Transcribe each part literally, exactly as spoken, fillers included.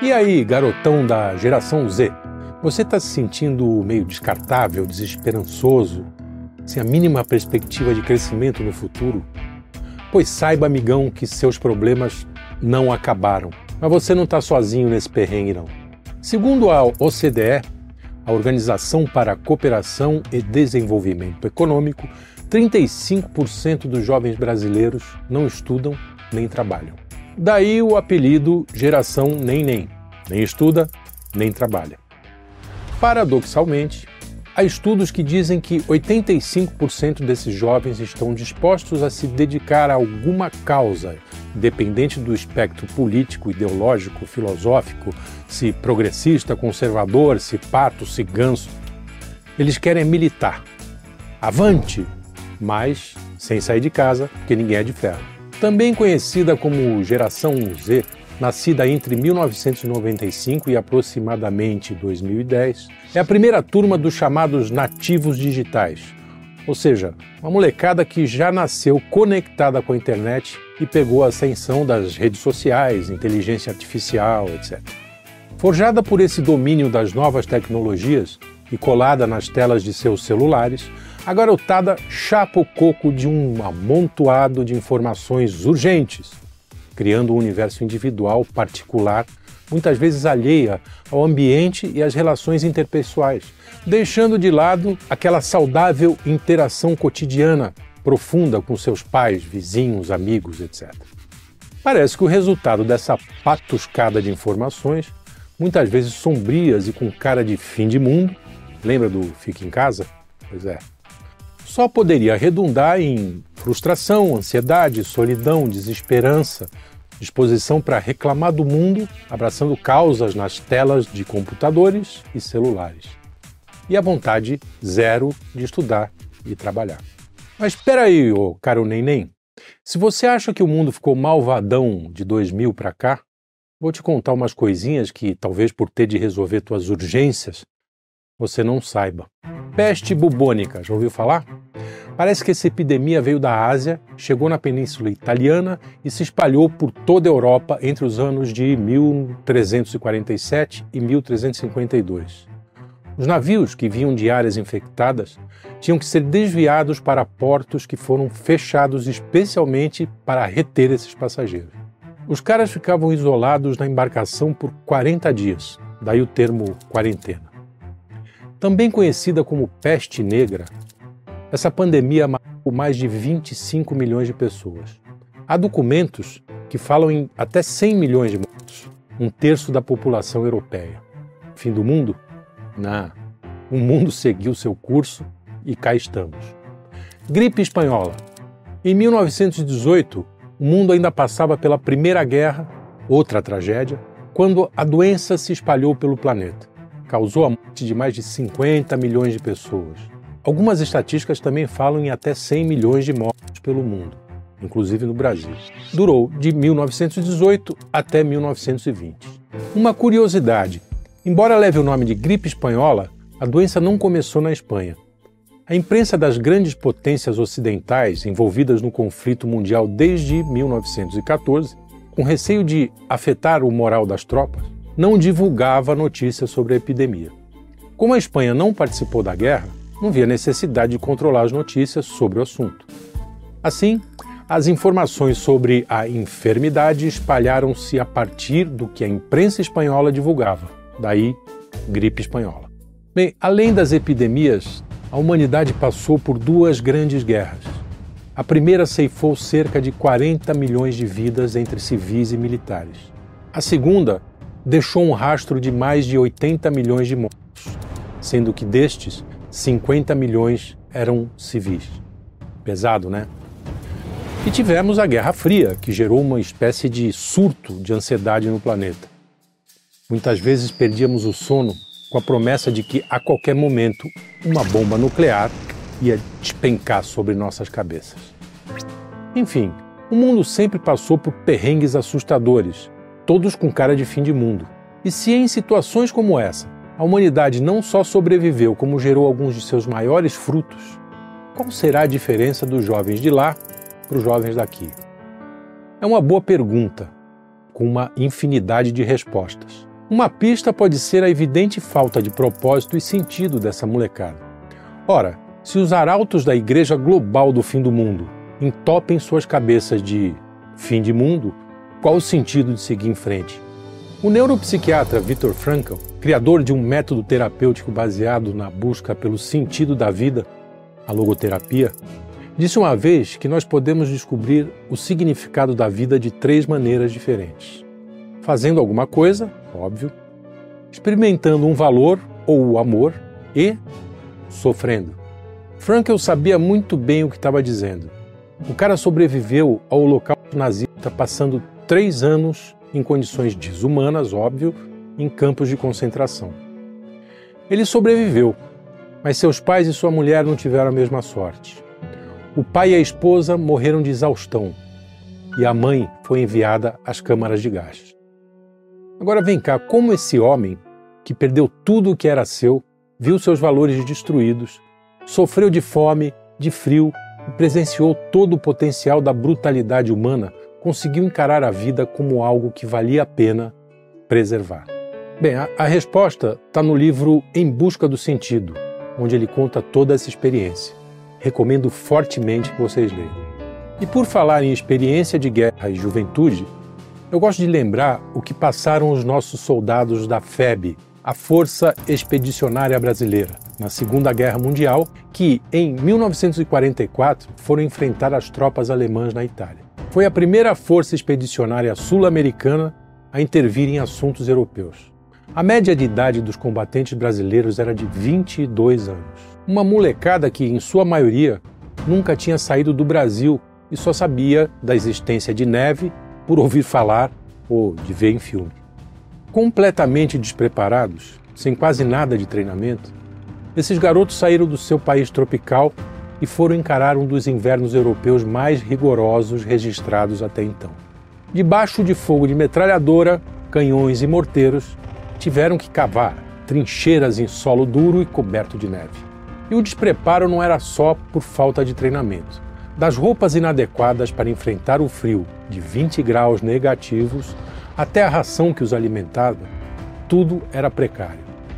E aí, garotão da geração Z, você está se sentindo meio descartável, desesperançoso, sem a mínima perspectiva de crescimento no futuro? Pois saiba, amigão, que seus problemas não acabaram. Mas você não está sozinho nesse perrengue, não. Segundo a O C D E, a Organização para a Cooperação e Desenvolvimento Econômico, trinta e cinco por cento dos jovens brasileiros não estudam nem trabalham. Daí o apelido Geração Nem Nem. Nem estuda, nem trabalha. Paradoxalmente, há estudos que dizem que oitenta e cinco por cento desses jovens estão dispostos a se dedicar a alguma causa, independente do espectro político, ideológico, filosófico, se progressista, conservador, se pato, se ganso. Eles querem militar. Avante! Mas sem sair de casa, porque ninguém é de ferro. Também conhecida como Geração Z, nascida entre mil novecentos e noventa e cinco e aproximadamente dois mil e dez, é a primeira turma dos chamados nativos digitais, ou seja, uma molecada que já nasceu conectada com a internet e pegou a ascensão das redes sociais, inteligência artificial, etcétera. Forjada por esse domínio das novas tecnologias e colada nas telas de seus celulares, a garotada chapa o coco de um amontoado de informações urgentes, criando um universo individual, particular, muitas vezes alheia ao ambiente e às relações interpessoais, deixando de lado aquela saudável interação cotidiana, profunda com seus pais, vizinhos, amigos, etcétera. Parece que o resultado dessa patuscada de informações, muitas vezes sombrias e com cara de fim de mundo, lembra do Fica em Casa? Pois é. Só poderia redundar em frustração, ansiedade, solidão, desesperança, disposição para reclamar do mundo, abraçando causas nas telas de computadores e celulares. E a vontade zero de estudar e trabalhar. Mas espera aí, ô caro neném, se você acha que o mundo ficou malvadão de dois mil para cá, vou te contar umas coisinhas que, talvez por ter de resolver tuas urgências, você não saiba. Peste bubônica, já ouviu falar? Parece que essa epidemia veio da Ásia, chegou na Península Italiana e se espalhou por toda a Europa entre os anos de mil trezentos e quarenta e sete e mil trezentos e cinquenta e dois. Os navios que vinham de áreas infectadas tinham que ser desviados para portos que foram fechados especialmente para reter esses passageiros. Os caras ficavam isolados na embarcação por quarenta dias, daí o termo quarentena. Também conhecida como peste negra, essa pandemia matou mais de vinte e cinco milhões de pessoas. Há documentos que falam em até cem milhões de mortos, um terço da população europeia. Fim do mundo? Não. O mundo seguiu seu curso e cá estamos. Gripe espanhola. Em mil novecentos e dezoito, o mundo ainda passava pela Primeira Guerra, outra tragédia, quando a doença se espalhou pelo planeta. Causou a morte de mais de cinquenta milhões de pessoas. Algumas estatísticas também falam em até cem milhões de mortos pelo mundo, inclusive no Brasil. Durou de mil novecentos e dezoito até mil novecentos e vinte. Uma curiosidade, embora leve o nome de gripe espanhola, a doença não começou na Espanha. A imprensa das grandes potências ocidentais envolvidas no conflito mundial desde mil novecentos e quatorze, com receio de afetar o moral das tropas, não divulgava notícias sobre a epidemia. Como a Espanha não participou da guerra, não havia necessidade de controlar as notícias sobre o assunto. Assim, as informações sobre a enfermidade espalharam-se a partir do que a imprensa espanhola divulgava, daí gripe espanhola. Bem, além das epidemias, a humanidade passou por duas grandes guerras. A primeira ceifou cerca de quarenta milhões de vidas entre civis e militares. A segunda deixou um rastro de mais de oitenta milhões de mortos, sendo que destes, cinquenta milhões eram civis. Pesado, né? E tivemos a Guerra Fria, que gerou uma espécie de surto de ansiedade no planeta. Muitas vezes perdíamos o sono com a promessa de que, a qualquer momento, uma bomba nuclear ia despencar sobre nossas cabeças. Enfim, o mundo sempre passou por perrengues assustadores, todos com cara de fim de mundo. E se em situações como essa, a humanidade não só sobreviveu, como gerou alguns de seus maiores frutos, qual será a diferença dos jovens de lá para os jovens daqui? É uma boa pergunta, com uma infinidade de respostas. Uma pista pode ser a evidente falta de propósito e sentido dessa molecada. Ora, se os arautos da Igreja Global do Fim do Mundo entopem suas cabeças de fim de mundo, qual o sentido de seguir em frente? O neuropsiquiatra Viktor Frankl, criador de um método terapêutico baseado na busca pelo sentido da vida, a logoterapia, disse uma vez que nós podemos descobrir o significado da vida de três maneiras diferentes. Fazendo alguma coisa, óbvio, experimentando um valor ou o amor e sofrendo. Frankl sabia muito bem o que estava dizendo. O cara sobreviveu ao Holocausto nazista passando três anos em condições desumanas, óbvio, em campos de concentração. Ele sobreviveu, mas seus pais e sua mulher não tiveram a mesma sorte. O pai e a esposa morreram de exaustão e a mãe foi enviada às câmaras de gás. Agora vem cá, como esse homem, que perdeu tudo o que era seu, viu seus valores destruídos, sofreu de fome, de frio e presenciou todo o potencial da brutalidade humana, conseguiu encarar a vida como algo que valia a pena preservar? Bem, a, a resposta está no livro Em Busca do Sentido, onde ele conta toda essa experiência. Recomendo fortemente que vocês leiam. E por falar em experiência de guerra e juventude, eu gosto de lembrar o que passaram os nossos soldados da F E B, a Força Expedicionária Brasileira, na Segunda Guerra Mundial, que em mil novecentos e quarenta e quatro foram enfrentar as tropas alemãs na Itália. Foi a primeira força expedicionária sul-americana a intervir em assuntos europeus. A média de idade dos combatentes brasileiros era de vinte e dois anos. Uma molecada que, em sua maioria, nunca tinha saído do Brasil e só sabia da existência de neve por ouvir falar ou de ver em filme. Completamente despreparados, sem quase nada de treinamento, esses garotos saíram do seu país tropical e foram encarar um dos invernos europeus mais rigorosos registrados até então. Debaixo de fogo de metralhadora, canhões e morteiros, tiveram que cavar trincheiras em solo duro e coberto de neve. E o despreparo não era só por falta de treinamento. Das roupas inadequadas para enfrentar o frio de vinte graus negativos até a ração que os alimentava, tudo era precário.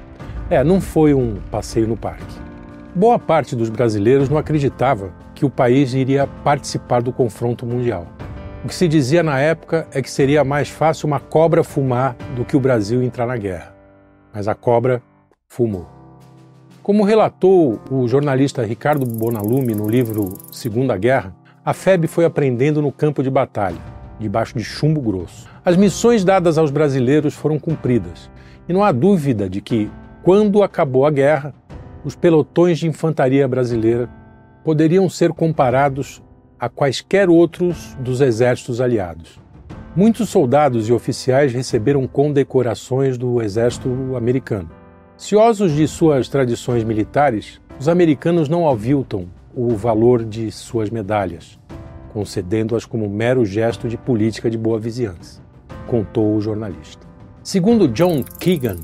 É, não foi um passeio no parque. Boa parte dos brasileiros não acreditava que o país iria participar do confronto mundial. O que se dizia na época é que seria mais fácil uma cobra fumar do que o Brasil entrar na guerra. Mas a cobra fumou. Como relatou o jornalista Ricardo Bonalume no livro Segunda Guerra, a F E B foi aprendendo no campo de batalha, debaixo de chumbo grosso. As missões dadas aos brasileiros foram cumpridas, e não há dúvida de que, quando acabou a guerra, os pelotões de infantaria brasileira poderiam ser comparados a quaisquer outros dos exércitos aliados. Muitos soldados e oficiais receberam condecorações do exército americano. Ciosos de suas tradições militares, os americanos não aviltam o valor de suas medalhas, concedendo-as como mero gesto de política de boa vizinhança, contou o jornalista. Segundo John Keegan,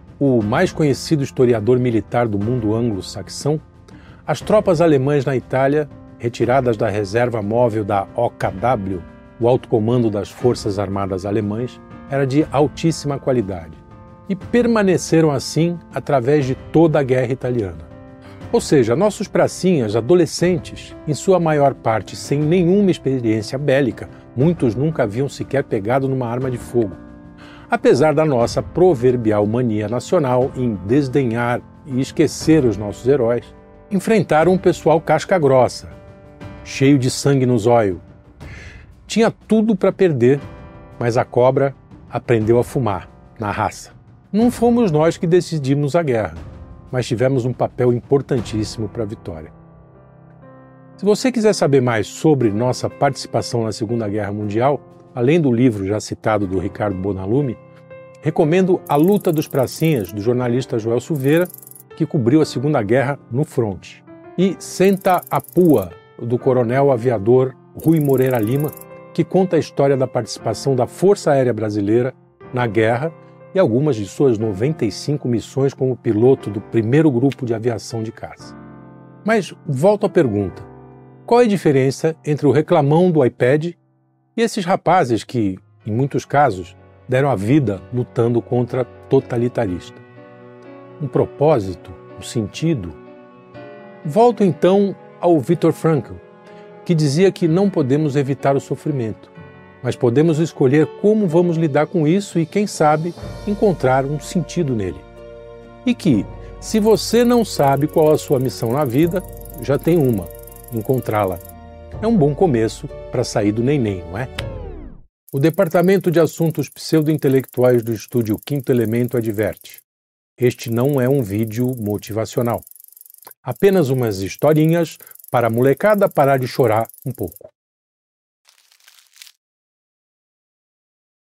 o mais conhecido historiador militar do mundo anglo-saxão, as tropas alemãs na Itália, retiradas da reserva móvel da O K W, o alto comando das Forças Armadas Alemãs, era de altíssima qualidade. E permaneceram assim através de toda a guerra italiana. Ou seja, nossos pracinhas, adolescentes, em sua maior parte sem nenhuma experiência bélica, muitos nunca haviam sequer pegado numa arma de fogo. Apesar da nossa proverbial mania nacional em desdenhar e esquecer os nossos heróis, enfrentaram um pessoal casca-grossa, cheio de sangue nos olhos. Tinha tudo para perder, mas a cobra aprendeu a fumar, na raça. Não fomos nós que decidimos a guerra, mas tivemos um papel importantíssimo para a vitória. Se você quiser saber mais sobre nossa participação na Segunda Guerra Mundial, além do livro já citado do Ricardo Bonalume, recomendo A Luta dos Pracinhas, do jornalista Joel Silveira, que cobriu a Segunda Guerra no fronte, e Senta a Pua, do coronel aviador Rui Moreira Lima, que conta a história da participação da Força Aérea Brasileira na guerra e algumas de suas noventa e cinco missões como piloto do primeiro grupo de aviação de caça. Mas volto à pergunta: qual é a diferença entre o reclamão do iPad e esses rapazes que, em muitos casos, deram a vida lutando contra totalitarista. Um propósito, um sentido? Volto então ao Viktor Frankl, que dizia que não podemos evitar o sofrimento, mas podemos escolher como vamos lidar com isso e, quem sabe, encontrar um sentido nele. E que, se você não sabe qual a sua missão na vida, já tem uma: encontrá-la. É um bom começo para sair do neném, não é? O Departamento de Assuntos Pseudo-Intelectuais do Estúdio Quinto Elemento adverte: este não é um vídeo motivacional. Apenas umas historinhas para a molecada parar de chorar um pouco.